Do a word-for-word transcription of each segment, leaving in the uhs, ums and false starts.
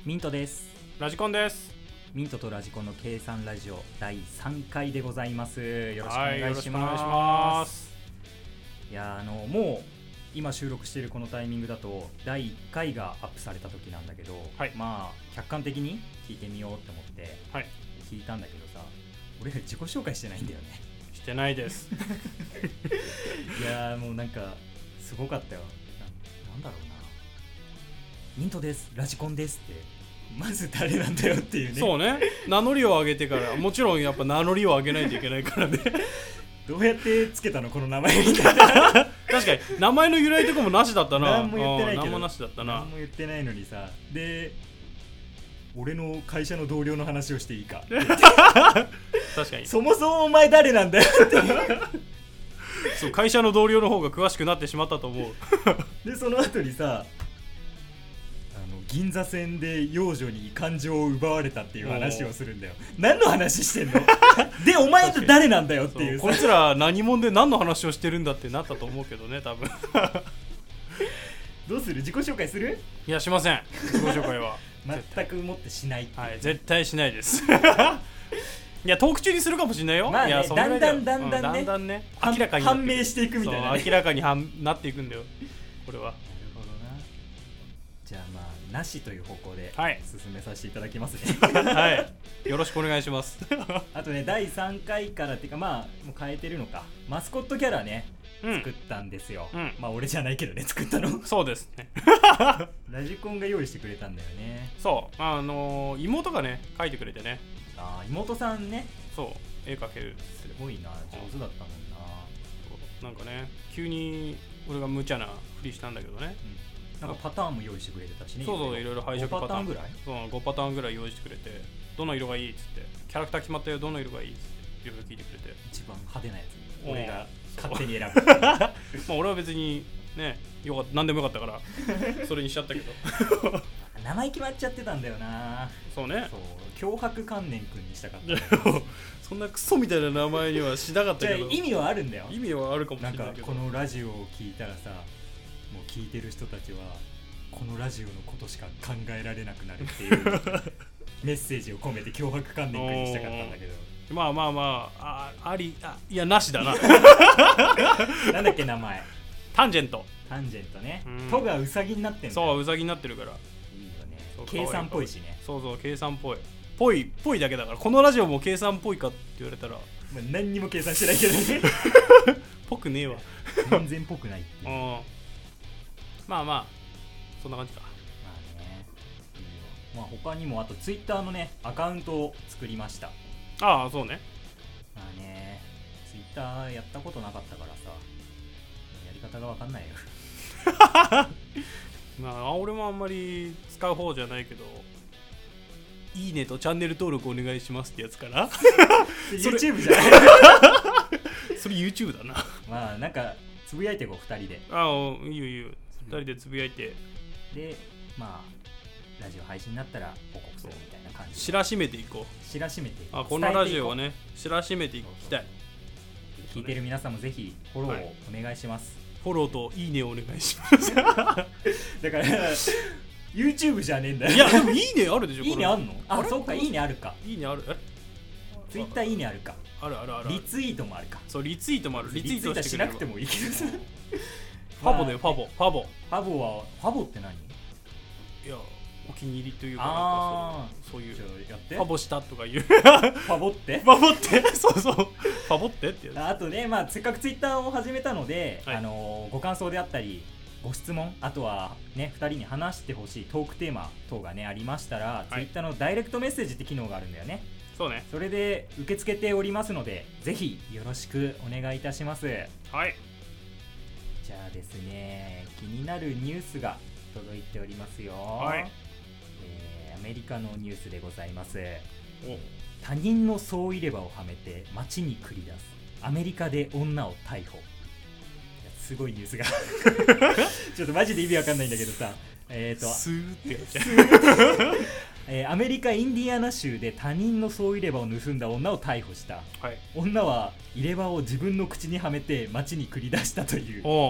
ミントです。 ラジコンです。 ミントとラジコンの計算ラジオだいさんかいでございます。よろしくお願いします。はい、よろしくお願いします。いや、あのもう今収録しているこのタイミングだとだいいっかいがアップされた時なんだけど、はい、まあ客観的に聞いてみようって思って聞いたんだけどさ、はい、俺ら自己紹介してないんだよね。 してないですいやもうなんかすごかったよ。 な, なんだろうな、ミントです、ラジコンですってまず誰なんだよっていうね。 そうね、名乗りを上げてから、もちろんやっぱ名乗りを上げないといけないからねどうやってつけたのこの名前みたいな確かに名前の由来とかもなしだったな。 何も言ってないけど、 何もなしだったな。 何も言ってないのにさ、で俺の会社の同僚の話をしていいか確かにそもそもお前誰なんだよってそう、会社の同僚の方が詳しくなってしまったと思うでその後にさ、銀座線で幼女に感情を奪われたっていう話をするんだよ。何の話してんのでお前って誰なんだよっていう。 こいつら何者で何の話をしてるんだってなったと思うけどね、多分どうする？自己紹介する？ いや、しません。自己紹介は全くもってしないっていう、 はい、絶対しないですいや、トーク中にするかもしれないよ。 まあね、 いや、 だんだんだんだんね、うん、 だんだんね明らかに判明していくみたいな、ね、 明らかになっていくんだよこれは。 なるほどな。じゃあまあなしという方向で進めさせていただきますね、 はい、よろしくお願いしますあとね、だいさんかいからっていうか、まあもう変えてるのか、マスコットキャラね、うん、作ったんですよ、うん、まあ俺じゃないけどね、作ったのそうですねラジコンが用意してくれたんだよね。 そう、あのー、妹がね描いてくれてね。 ああ、妹さんね。 そう、絵描ける。 すごいな、上手だったもんな。 そう、なんかね、急に俺が無茶なふりしたんだけどね、 うん、なんかパターンも用意してくれてたしね。 そうそう、いろいろ配色パターン、 ごパターンぐらい、 そうごパターンぐらい用意してくれて、どの色がいいっつって、キャラクター決まったよ、どの色がいいっつっていろいろ聞いてくれて、一番派手なやつ俺が勝手に選ぶまあ俺は別にね、よかった、何でもよかったからそれにしちゃったけど名前決まっちゃってたんだよな。 そうね、 そう、強迫観念くんにしたかったそんなクソみたいな名前にはしなかったけど意味はあるんだよ。 意味はあるかもしれないけど、 なんかこのラジオを聞いたらさ、もう聞いてる人たちはこのラジオのことしか考えられなくなるっていうメッセージを込めて強迫観念くんにしたかったんだけど、 まあまあまあ、あ、あり、あ、いや、なしだななんだっけ名前。 タンジェント。 タンジェントね。とがウサギになってんだよ。 そう、ウサギになってるから。いいよね。計算っぽいしね。 そうそう、計算っぽい。ぽい、ぽいだけだから。このラジオも計算っぽいかって言われたら、 まあ、何にも計算してないけどねぽくねえわ全然ぽくないっていう。 まあまあ、そんな感じか。 まあね、いいよ。まあ他にもあとツイッターのねアカウントを作りました。 ああ、そうね。 まあね、ツイッターやったことなかったからさ、やり方が分かんないよまあ俺もあんまり使う方じゃないけど、いいねとチャンネル登録お願いしますってやつかな YouTube じゃないそれ YouTube だなまあなんかつぶやいてこうふたりで。 ああ、いいよいいよ、ふたりでつぶやいて、 でまあラジオ配信になったら報告するみたいな感じで知らしめていこう。知らしめていこう。 あ、このラジオはね知らしめていきたい。 聞いてる皆さんもぜひフォローをお願いします、 はい、フォローといいねをお願いしますだから YouTube じゃねえんだよ。 いやでもいいねあるでしょ。 いいねあんの？あ、そうか、いいねあるか。 いいねある。え、 Twitter いいねあるか。 あるあるある。 リツイートもあるか。 そう、リツイートもある。リツイートしなくてもいいけどさファボだよ、ファボ、ファボ。 ファボは、ファボって何？ いや、お気に入りというか、 あー、 そういう、 やって。 ファボしたとかいうファボってファボってそうそう、ファボってってやつ。 あとね、まあせっかくツイッターを始めたので、 はい、 あのー、ご感想であったりご質問、あとはねふたりに話してほしいトークテーマ等がねありましたら、はい、ツイッターのダイレクトメッセージって機能があるんだよね。 そうね。 それで受け付けておりますので、ぜひよろしくお願いいたします。 はい。 じゃあですね、気になるニュースが届いておりますよ。 はい。 えー、アメリカのニュースでございます。 お、 他人の総入れ歯をはめて街に繰り出すアメリカで女を逮捕。すごいニュースがちょっとマジで意味わかんないんだけどさ、えーとスーってやっちゃうえー、アメリカインディアナ州で他人の総入れ歯を盗んだ女を逮捕した、 はい、 女は入れ歯を自分の口にはめて街に繰り出したという。 お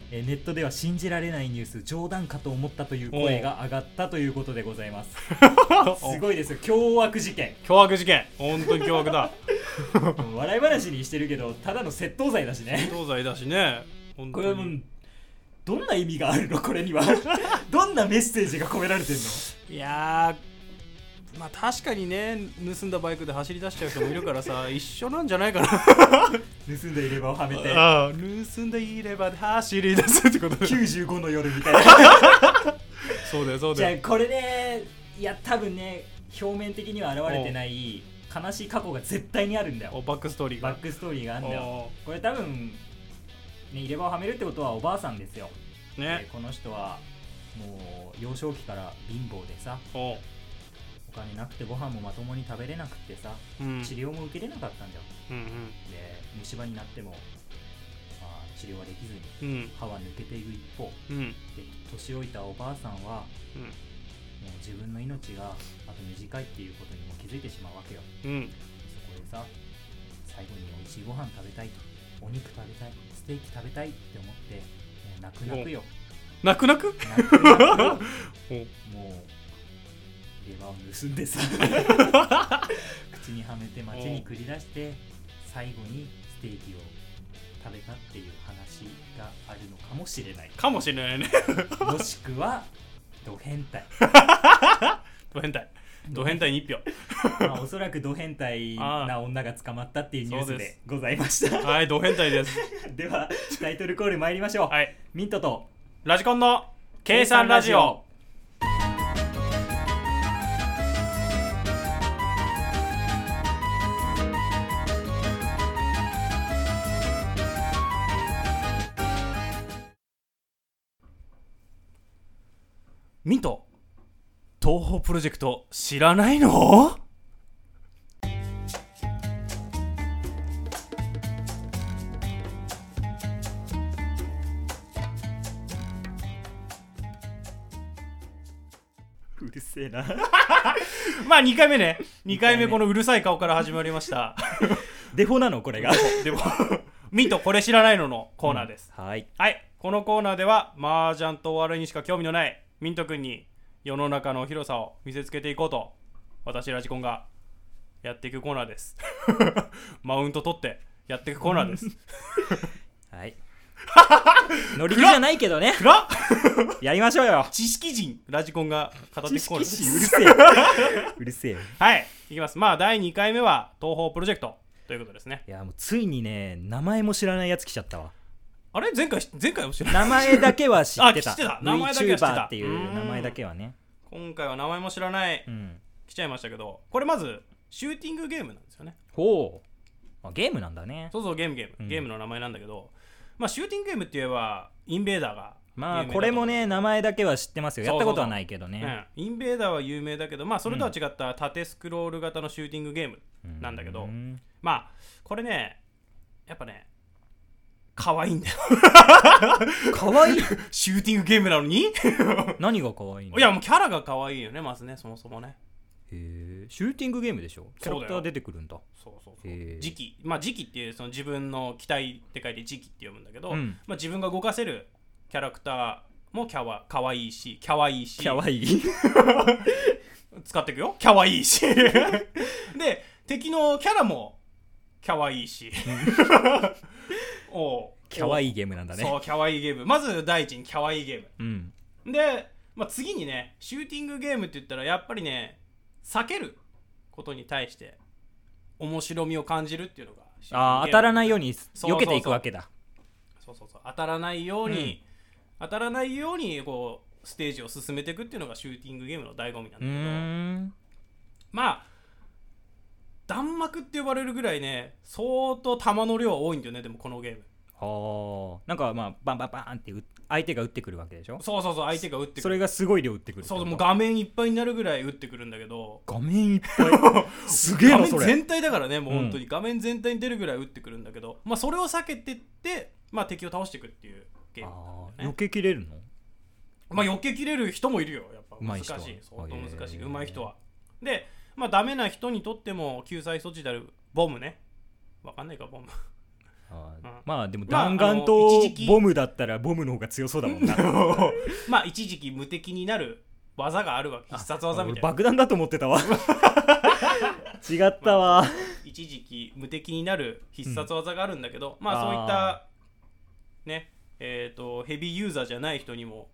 えー、ネットでは信じられないニュース、冗談かと思ったという声が上がったということでございますすごいですよ、凶悪事件凶悪事件、本当に凶悪だ笑い話にしてるけどただの窃盗罪だしね。 窃盗罪だしね。本当にこれもどんな意味があるのこれにはどんなメッセージが込められてんの。 いやー、まあ確かにね、盗んだバイクで走り出しちゃう人もいるからさ一緒なんじゃないかな盗んだ入れ歯をはめてああ、盗んだ入れ歯で走り出すってことできゅうじゅうごの夜みたいなそうだよそうだよ。 じゃあこれね、いや多分ね表面的には現れてない悲しい過去が絶対にあるんだよ。 バックストーリーがバックストーリーがあるんだよ。これ多分ね、入れ歯をはめるってことはおばあさんですよ、 ね。 この人はもう幼少期から貧乏でさ、 おお金なくてご飯もまともに食べれなくてさ、 うん、 治療も受けれなかったんだよ、 うんうん、 で虫歯になっても、まあ、治療はできずに、 に、うん、歯は抜けていく一方、うん、で年老いたおばあさんは、うん、もう自分の命があと短いっていうことにも気づいてしまうわけよ、うん、そこでさ、最後においしいご飯食べたいと、お肉食べたい、ステーキ食べたいって思ってもう泣く泣くよ。 泣く泣く泣く泣くもう入れ歯を盗んでさ口にはめて街に繰り出して最後にステーキを食べたっていう話があるのかもしれないかもしれないねもしくはド変態ド変態ド変態に一票まあおそらくド変態な女が捕まったっていうニュースでございました。 はい、ド変態ですではタイトルコール参りましょう、はい、ミントとラジコンの計算ラジオ。ミント、東宝プロジェクト知らないの？ うるせえなまあにかいめね、にかいめこのうるさい顔から始まりましたデフォなのこれがデフォミントこれ知らないののコーナーです、 うん、はい、 はい、このコーナーでは麻雀とお笑いにしか興味のないミント君に世の中の広さを見せつけていこうと私ラジコンがやっていくコーナーですマウント取ってやっていくコーナーですはい乗り気じゃないけどねやりましょうよ。 知識人ラジコンが語っていくコーナーです。 知識人うるせえうるせえはいいきます。まあだいにかいめは東宝プロジェクトということですね。 いやもうついにね名前も知らないやつ来ちゃったわ。 あれ前回前回も知らない名前だけは知ってたあ知ってた名前だけは知ってた VTuber っていう名前だけはね。 今回は名前も知らない、うん、来ちゃいましたけど、これまずシューティングゲームなんですよね。 ほう、あゲームなんだね。 そうそうゲームゲーム、うん、ゲームの名前なんだけど、まあシューティングゲームって言えばインベーダーがまあこれもね名前だけは知ってますよ。やったことはないけどね。 そうそうそう、うん、インベーダーは有名だけど、まあそれとは違った縦スクロール型のシューティングゲームなんだけど、うん、まあこれねやっぱね可愛いんだよ可愛いシューティングゲームなのに何が可愛いの？ いやもうキャラが可愛いよね、まずね、そもそもね。 へえ、シューティングゲームでしょ。キャラクター出てくるんだ。 そうそうそう。時期、まあ時期っていうその自分の機体って書いて時期って読むんだけど、うん、まあ自分が動かせるキャラクターもキャワ可愛いし、キャワいいし、 キャワいい使っていくよ。キャワいいしで敵のキャラもキャワいいしおキャワいいゲームなんだね。 そうキャワいいゲーム。まず第一にキャワいいゲーム、うん、で、まあ、次にねシューティングゲームって言ったらやっぱりね避けることに対して面白みを感じるっていうのがあ当たらないように避けていくわけだ。 そうそうそう当たらないように、うん、当たらないようにこうステージを進めていくっていうのがシューティングゲームの醍醐味なんだけど、うーんまあ弾幕って呼ばれるぐらいね相当弾の量多いんだよね。でもこのゲームはあなんかまあバンバンバンって相手が撃ってくるわけでしょ。 そうそうそう相手が撃ってくる。 それがすごい量撃ってくる。 そうそうもう画面いっぱいになるぐらい撃ってくるんだけど。 画面いっぱいすげえなそれ。 画面全体だからねもう本当に、うん、画面全体に出るぐらい撃ってくるんだけど、まあそれを避けてってまあ敵を倒していくっていうゲームなんだよね。 避けきれるの？ まあ避けきれる人もいるよやっぱ。難しい相当難しい上手い人は。でまあダメな人にとっても救済措置であるボムね。わかんないかボムあ、 うん、 まあでも弾丸とボムだったらボムの方が強そうだもんなまあ一時期無敵になる技があるわけ、必殺技みたいな。 爆弾だと思ってたわ違ったわ、まあ、 一時期無敵になる必殺技があるんだけど、うん、まあそういったねえーとヘビーユーザーじゃない人にも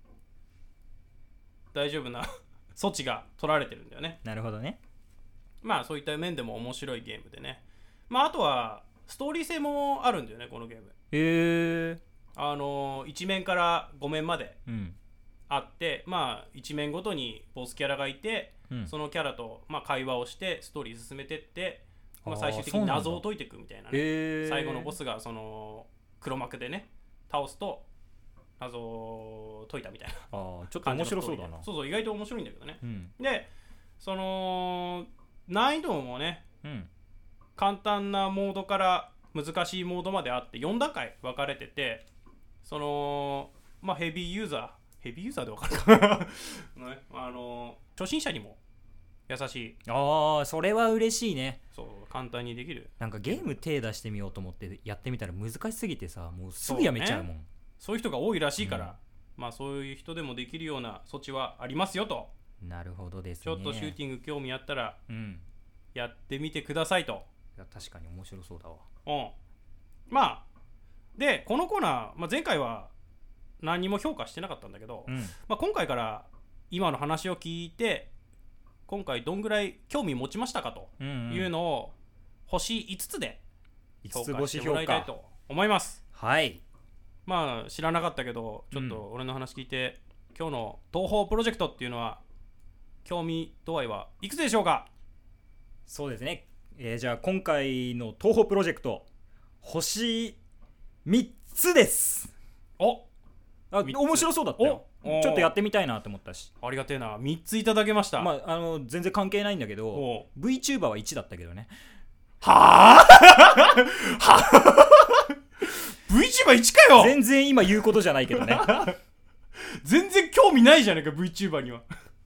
大丈夫な措置が取られてるんだよね。 なるほどね。 まあそういった面でも面白いゲームでね。まああとはストーリー性もあるんだよねこのゲーム。 へえ。 あのいち面からご面まであって、 うん、 まあいち面ごとにボスキャラがいて、うん、そのキャラとまあ会話をしてストーリー進めてって、まあ、最終的に謎を解いていくみたいなね。最後のボスがその黒幕でね倒すと謎を解いたみたいな。 あちょっと面白そうだな。 そうそう意外と面白いんだけどね、 うん、 でその難易度もね、 うん、 簡単なモードから難しいモードまであってよん段階分かれてて、そのまあヘビーユーザーヘビーユーザーで分かるかな、ね、あの初心者にも優しい。 ああそれは嬉しいね。 そう簡単にできる。 なんかゲーム手出してみようと思ってやってみたら難しすぎてさ、もうすぐやめちゃうもん。 そういう人が多いらしいから、うん、まあそういう人でもできるような措置はありますよと。 なるほどですね。 ちょっとシューティング興味あったら、 うん、 やってみてくださいと。 いや確かに面白そうだわ。 うんまあでこのコーナー、まあ、前回は何も評価してなかったんだけど、 うんまあ、今回から今の話を聞いて今回どんぐらい興味持ちましたかというのを星いつつで評価してもらいたいと思います。 はい。 まあ知らなかったけどちょっと俺の話聞いて、うん、今日の東宝プロジェクトっていうのは興味度合いはいくつでしょうか。 そうですね、えー、じゃあ今回の東宝プロジェクト星みっつです。 おあ面白そうだったよ。ちょっとやってみたいなと思ったし。 ありがてえな。みっついただけました。 まあ、あの全然関係ないんだけど VTuber はいちだったけどね。 はぁはぁ VTuberいち かよ。 全然今言うことじゃないけどね全然興味ないじゃねえか VTuber には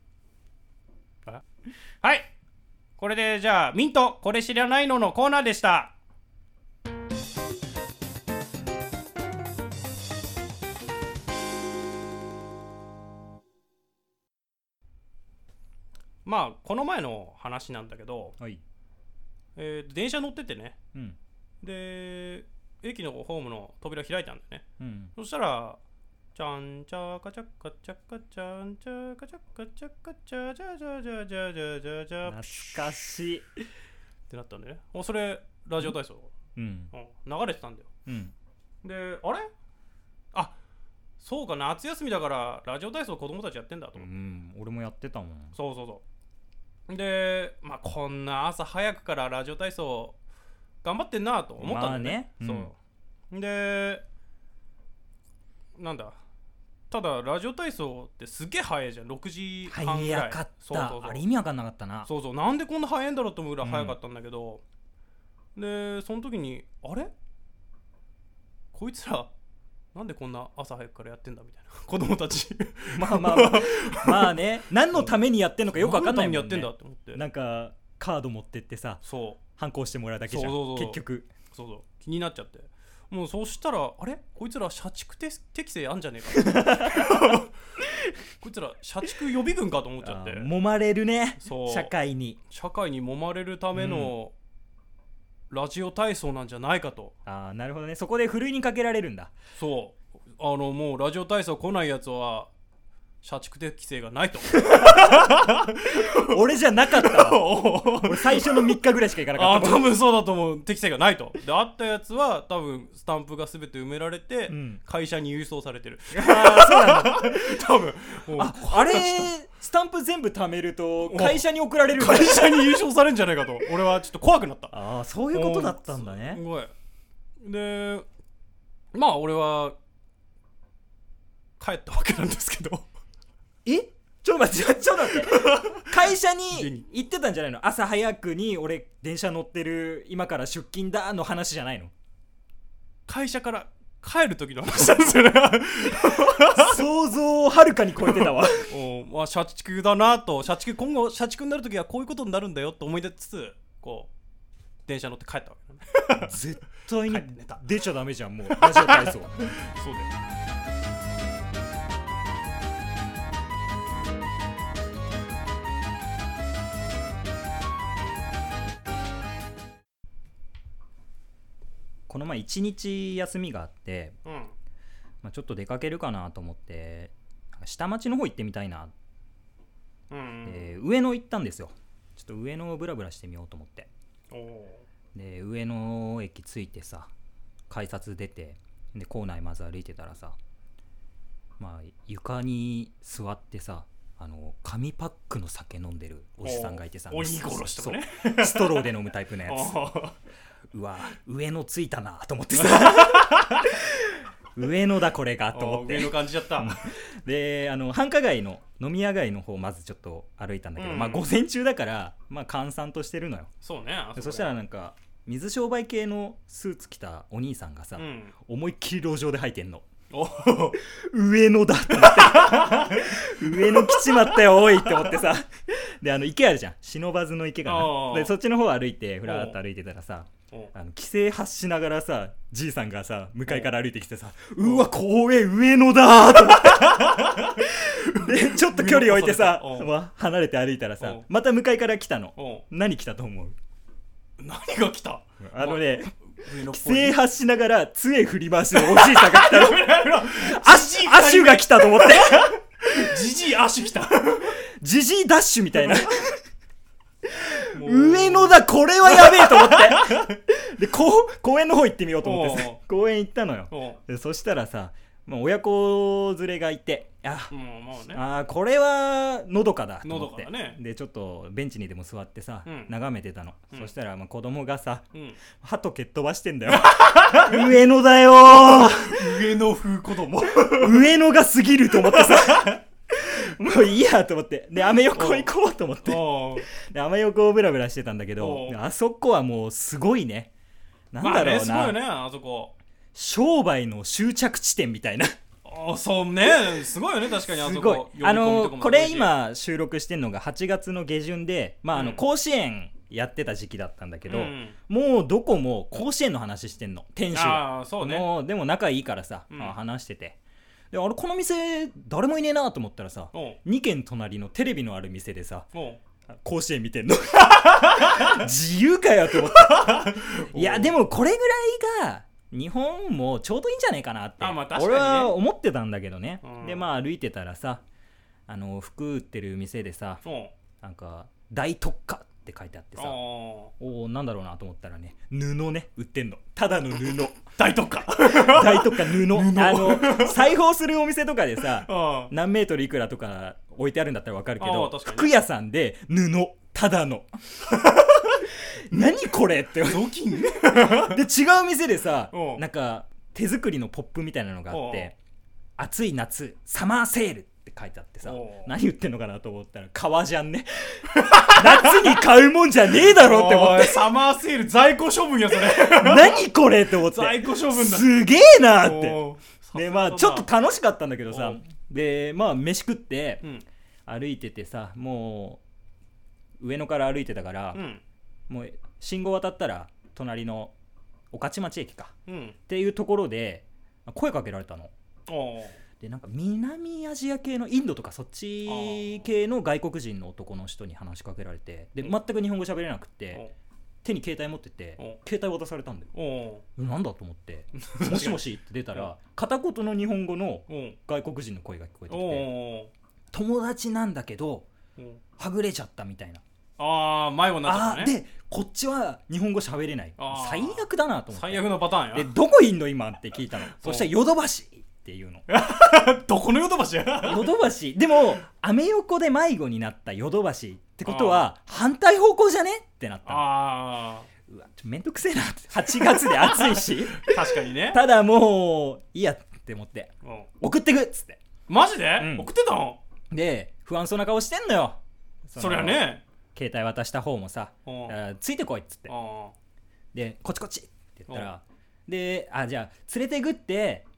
はいこれでじゃあミントこれ知らないののコーナーでした。まあこの前の話なんだけど、 はいえー、電車乗っててね、 うん、 で駅のホームの扉開いたんだよね、 うん、 そしたらチャンチャカチャカチャカチャンチャカチャカチャカチャジャジャジャジャジャジャジャ懐かしいってなったんでね。もうそれラジオ体操、 うん、 流れてたんだよ、 うん、 であれあそうか夏休みだからラジオ体操子供たちやってんだと思って、うん、 俺もやってたもん。 そうそうそうで、まあ、こんな朝早くからラジオ体操頑張ってんなと思ったんだよね。まあね、そう、うん、でなんだただラジオ体操ってすげえ早いじゃん。ろくじはんぐらい。 早かった。そうそうそう、あれ意味わかんなかったな。 そうそうなんでこんな早いんだろうと思うぐらい早かったんだけど、うん、でその時にあれこいつらなんでこんな朝早くからやってんだみたいな子供たちまあまあまあまあね何のためにやってんのかよくわかんないもんね。 何のためにやってんだって思って、 なんかカード持ってってさそう反抗してもらうだけじゃん。そうそうそう結局そうそう気になっちゃって、もうそうしたらあれこいつら社畜適正あんじゃねえかこいつら社畜予備軍かと思っちゃって。 揉まれるね。そう社会に社会に揉まれるための、うん、ラジオ体操なんじゃないかと。 ああなるほどね。そこでふるいにかけられるんだ。そうあのもうラジオ体操来ないやつは社畜適性がないと俺じゃなかったわ俺最初のみっかぐらいしか行かなかった。 あ多分そうだと思う。適性がないと。であったやつは多分スタンプが全て埋められて、うん、会社に郵送されてる。 ああそうなんだ多分あ, あれスタンプ全部貯めると会社に送られる。 会社に郵送されるんじゃないかと俺はちょっと怖くなった。 ああそういうことだったんだね。 すごい。でまあ俺は帰ったわけなんですけどえちょっと待ってちょっと待って会社に行ってたんじゃないの。朝早くに俺電車乗ってる今から出勤だの話じゃないの。 会社から帰る時の話なんですよね想像をはるかに超えてたわお、まあ、社畜だなと。社畜今後社畜になる時はこういうことになるんだよと思い出つつこう転車乗って帰ったわけだね絶対に帰って寝た出ちゃダメじゃんもうラジオ体操そうだよこの前一日休みがあって、 うんまあ、ちょっと出かけるかなと思って下町の方行ってみたいな、 うんうんで上野行ったんですよ。ちょっと上野をブラブラしてみようと思って、 おで上野駅着いてさ改札出てで構内まず歩いてたらさ、まあ、床に座ってさあの紙パックの酒飲んでるおじさんがいてさ、 鬼殺しとかねストローで飲むタイプのやつうわ上野着いたなと思ってさ上野だこれがと思って上野感じちゃったであの繁華街の飲み屋街の方まずちょっと歩いたんだけど、うん、まあ午前中だからまあ閑散としてるのよ。 そうね。 そ, そしたらなんか水商売系のスーツ着たお兄さんがさ、うん、思いっきり路上で吐いてんの。上野だって思って上野来ちまったよおいって思ってさであの池あるじゃん不忍の池かなでそっちの方歩いてふらっと歩いてたらさあの規制発しながらさじいさんがさ向かいから歩いてきてさうわ公園上野だーと思ってでちょっと距離置いてさ離れて歩いたらさまた向かいから来たの。何来たと思う？ 何が来た？ あのね規制発しながら杖振り回しのおじいさんが来たのアシュが来たと思ってジジイアシュ来たジジイダッシュみたいな上野だこれはやべえと思ってでこ公園の方行ってみようと思ってさ公園行ったのよ。でそしたらさ、まあ、親子連れがいてあ、うんまあね、あこれはのどかだと思って、ね、でちょっとベンチにでも座ってさ、うん、眺めてたの、うん、そしたらまあ子供がさ、うん、鳩蹴っ飛ばしてんだよ上野だよ上野風子供上野が過ぎると思ってさもういいやと思ってでアメ横行こうと思ってでアメ横をブラブラしてたんだけどあそこはもうすごいねなんだろうな、まあね、すごいよねあそこ商売の終着地点みたいなあそうねすごいよね確かにあそこあのこれ今収録してんのがはちがつの下旬で、まあ、あの甲子園やってた時期だったんだけど、うん、もうどこも甲子園の話してんの店主があそう、ね、 もうでも仲いいからさ、うんまあ、話しててであれこの店誰もいねえなと思ったらさに軒隣のテレビのある店でさ甲子園見てんの自由かよと思っていやでもこれぐらいが日本もちょうどいいんじゃないかなって、 あ、まあ確かにね、 俺は思ってたんだけどね、うん、でまあ歩いてたらさあの服売ってる店でさなんか大特価って書いてあってさおおなんだろうなと思ったらね布ね売ってんのただの布大特価大特価布あの裁縫するお店とかでさ何メートルいくらとか置いてあるんだったら分かるけど服屋さんで布ただの何これって雑巾で違う店でさなんか手作りのポップみたいなのがあって暑い夏サマーセールって書いてあってさ何言ってんのかなと思ったら革じゃんね夏に買うもんじゃねえだろって思ってサマーセール在庫処分やそれ何これって思って在庫処分だすげえなってでまあちょっと楽しかったんだけどさでまあ飯食って、うん、歩いててさもう上野から歩いてたから、うん、もう信号渡ったら隣の御徒町駅か、うん、っていうところで声かけられたの。でなんか南アジア系のインドとかそっち系の外国人の男の人に話しかけられてで全く日本語喋れなくて手に携帯持ってて携帯渡されたんだよ。なんだと思ってもしもしって出たら片言の日本語の外国人の声が聞こえてきて友達なんだけどはぐれちゃったみたいな。 ああ迷子になっちゃったね。 でこっちは日本語喋れない最悪だなと思って最悪のパターンやでどこいんの今って聞いたのそしたらヨドバシっていうのどこのヨドバシやヨドバシでもアメ横で迷子になったヨドバシってことは反対方向じゃねってなったの。あうわちょめんどくせえなってはちがつで暑いし確かにねただもういいやって思って送ってくっつってマジで、うん、送ってたので不安そうな顔してんのよ。 そ, そりゃね携帯渡した方もさついてこいっつってでこっちこっちって言ったらであじゃあ連れてくって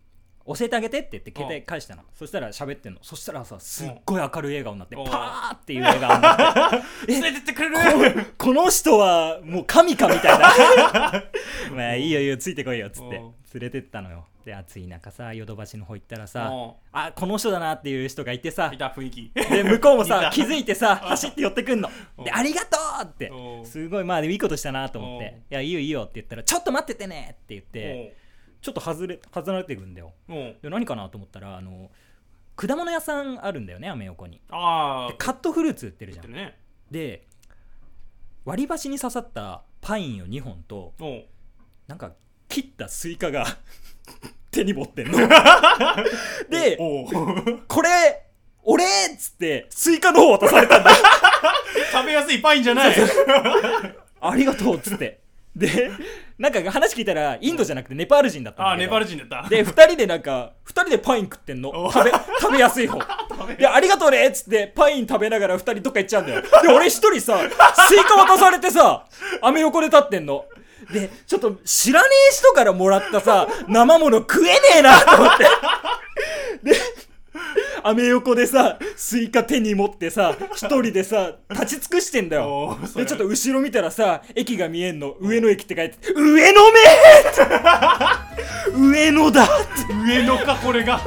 教えてあげてって言って携帯返したの。そしたら喋ってんの。そしたらさすっごい明るい笑顔になってパーっていう笑顔になって連れてってくれるこ, この人はもう神かみたいなまあいいよいいよついてこいよっつって連れてったのよ。で暑い中さヨドバシの方行ったらさあこの人だなっていう人がいてさいた雰囲気で向こうもさ気づいてさ走って寄ってくんのでありがとうってすごいまあでもいいことしたなと思っていやいいよいいよって言ったらちょっと待っててねって言ってちょっと外れ外れてくんだよ。で何かなと思ったらあの果物屋さんあるんだよねアメ横に。 あでカットフルーツ売ってるじゃん、 ね、で割り箸に刺さったパインをにほんとなんか切ったスイカが手に持ってんのでこれ俺っつってスイカの方渡されたんだ食べやすいパインじゃないありがとうっつってでなんか話聞いたらインドじゃなくてネパール人だったんだけどあネパール人だったでふたりでなんかふたりでパイン食ってんの食べ食べやすい方でありがとうねっつってパイン食べながらふたりどっか行っちゃうんだよ。で俺一人さスイカ渡されてさアメ横で立ってんのでちょっと知らねえ人からもらったさ生もの食えねえなと思ってでアメ横でさスイカ手に持ってさ一人でさ立ち尽くしてんだよ。でちょっと後ろ見たらさ駅が見えんの。上野駅って書いて上野めー上野だって上野かこれが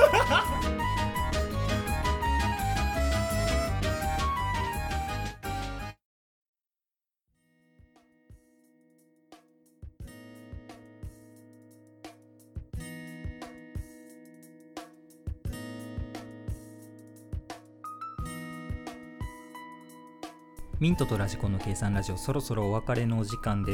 ミントとラジコンの計算ラジオそろそろお別れのお時間です。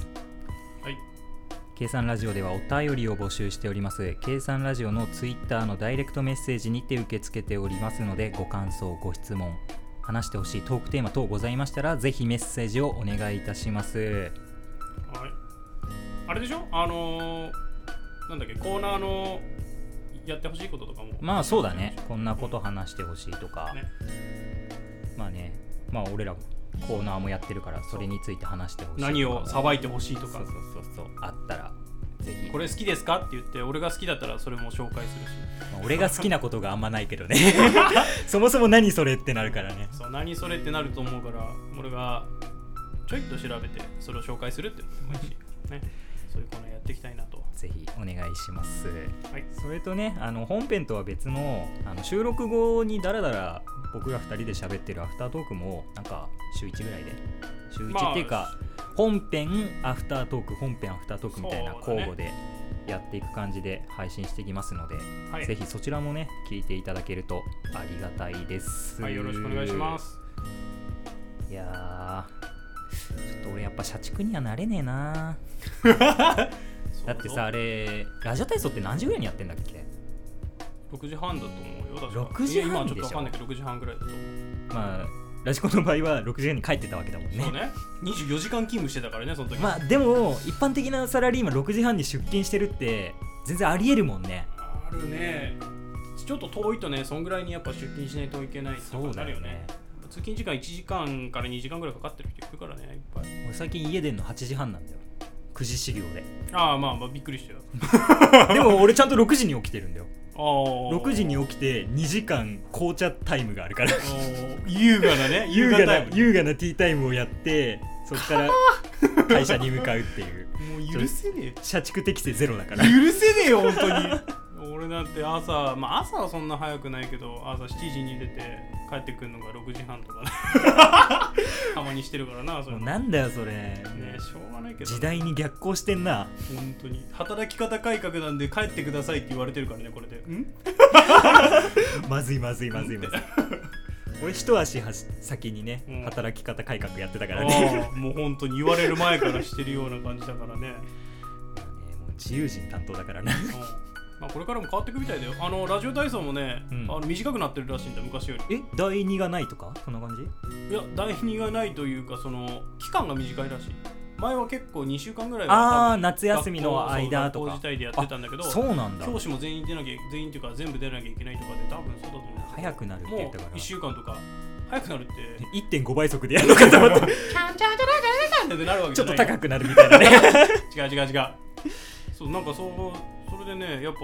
はい。 計算ラジオではお便りを募集しております。計算ラジオのツイッターのダイレクトメッセージにて受け付けておりますのでご感想ご質問話してほしいトークテーマ等ございましたらぜひメッセージをお願いいたします。はい。 あれでしょあのー、なんだっけコーナーのやってほしいこととかもまあそうだねこんなこと話してほしいとか、ね、まあねまあ俺らコーナーもやってるからそれについて話してほしい何をさばいてほしいとかそうそうそうそうあったらぜひこれ好きですかって言って俺が好きだったらそれも紹介するし、 まあ、俺が好きなことがあんまないけどねそもそも何それってなるからねそう何それってなると思うから俺がちょいっと調べてそれを紹介するっていうのもいいし、ね、そういうコーナーやっていきたいなとぜひお願いします、 はい、 それとねあの本編とは別 の, あの収録後にだらだら僕らふたりで喋ってるアフタートークもなんか週いちぐらいで週いちっていうか、まあ、本編アフタートーク本編アフタートークみたいな交互でやっていく感じで配信していきますので、はい、ぜひそちらもね聞いていただけるとありがたいです。 はいよろしくお願いします。 いやーちょっと俺やっぱ社畜にはなれねえなだってさあれラジオ体操って何時ぐらいにやってんだっけ。 ろくじはんだと思うよ。確かろくじはんでしょ。 今ちょっと分かんないけどろくじはんぐらいだと思う。 まあラジコの場合はろくじはんに帰ってたわけだもんね。 そうねにじゅうよじかん勤務してたからねその時。 まあでも一般的なサラリーマンろくじはんに出勤してるって全然ありえるもんね。 あるね。ちょっと遠いとねそんぐらいにやっぱ出勤しないといけないってそうだよね。 通勤時間いちじかんからにじかんぐらいかかってる人いるからねいっぱい。 俺最近家出んのはちじはんなんだよ。くじ始業で。 ああまあまあびっくりしたよでも俺ちゃんとろくじに起きてるんだよ。 あろくじに起きてにじかん紅茶タイムがあるから優雅なね優雅な優雅なティータイムをやってそっから会社に向かうっていうもう許せねえ社畜適性ゼロだから許せねえよ本当に俺だって朝まあ朝はそんな早くないけど朝しちじに出て帰ってくるのがろくじはんとかたまにしてるからなそれもうなんだよそれねしょうがないけど、ね、 時代に逆行してんな本当に働き方改革なんで帰ってくださいって言われてるからねこれでんまずいまずいまずいまずい俺一足先にね、うん、働き方改革やってたからねもう本当に言われる前からしてるような感じだからねねもう自由人担当だからね、 うんまあ、これからも変わっていくみたいだよ。あのラジオ体操もね、うん、あの短くなってるらしいんだ昔より。 えだいにがないとかそんな感じ？いやだいにがないというかその期間が短いらしい。前は結構にしゅうかんぐらいはあ夏休みの間とか学校自体でやってたんだけどそうなんだ教師も全員出なきゃ全員っていうか全部出なきゃいけないとかで多分そうだと思う。 早くなるって言ったからもういっしゅうかんとか早くなるっていってんご 倍速でやるのかと思ってってなるわけちょっと高くなるみたいなね違う違う違うそうなんかそうそれでねやっぱ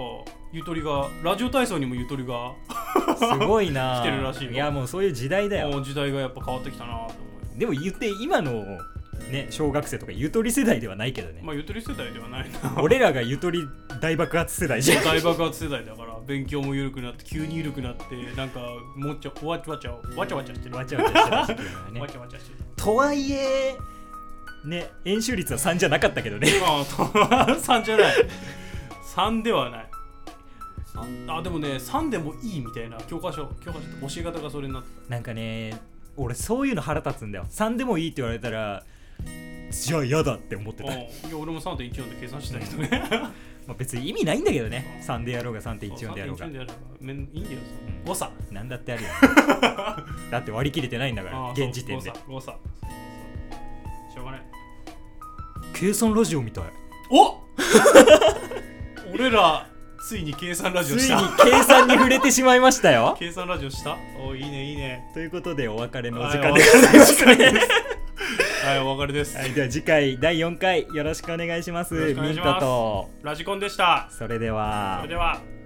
ゆとりがラジオ体操にもゆとりがすごいな来てるらしいよ。 いやもうそういう時代だよ。 もう時代がやっぱ変わってきたなと思う。 でも言って今のね小学生とかゆとり世代ではないけどね。 まあゆとり世代ではないな俺らがゆとり大爆発世代じゃん。 大爆発世代だから勉強も緩くなって急に緩くなってなんかもうちょわちゃわちゃわちゃわちゃしてるわちゃわちゃしてた時期だよね。 わちゃわちゃしてるとはいえね円周率はさんじゃなかったけどね。 ああさんじゃないさんではない。あでもねさんでもいいみたいな教科書教科書って教え方がそれになってた。 なんかね俺そういうの腹立つんだよ。さんでもいいって言われたらじゃあ嫌だって思ってた。いや俺も さんてんいちよん で計算してたけどねまあ別に意味ないんだけどね。さんでやろうが さんてんいちよん でやろうがいいんだよ誤差なんだってあるよだって割り切れてないんだから現時点で。 誤差しょうがない。 計算ラジオみたい。 お俺らついに計算ラジオした。 ついに計算に触れてしまいましたよ計算ラジオした。おいいねいいね。 ということでお別れのお時間でございますねはいお別れです、 はい、では次回だいよんかいよろしくお願いします。ミントとラジコンでした。 それではそれでは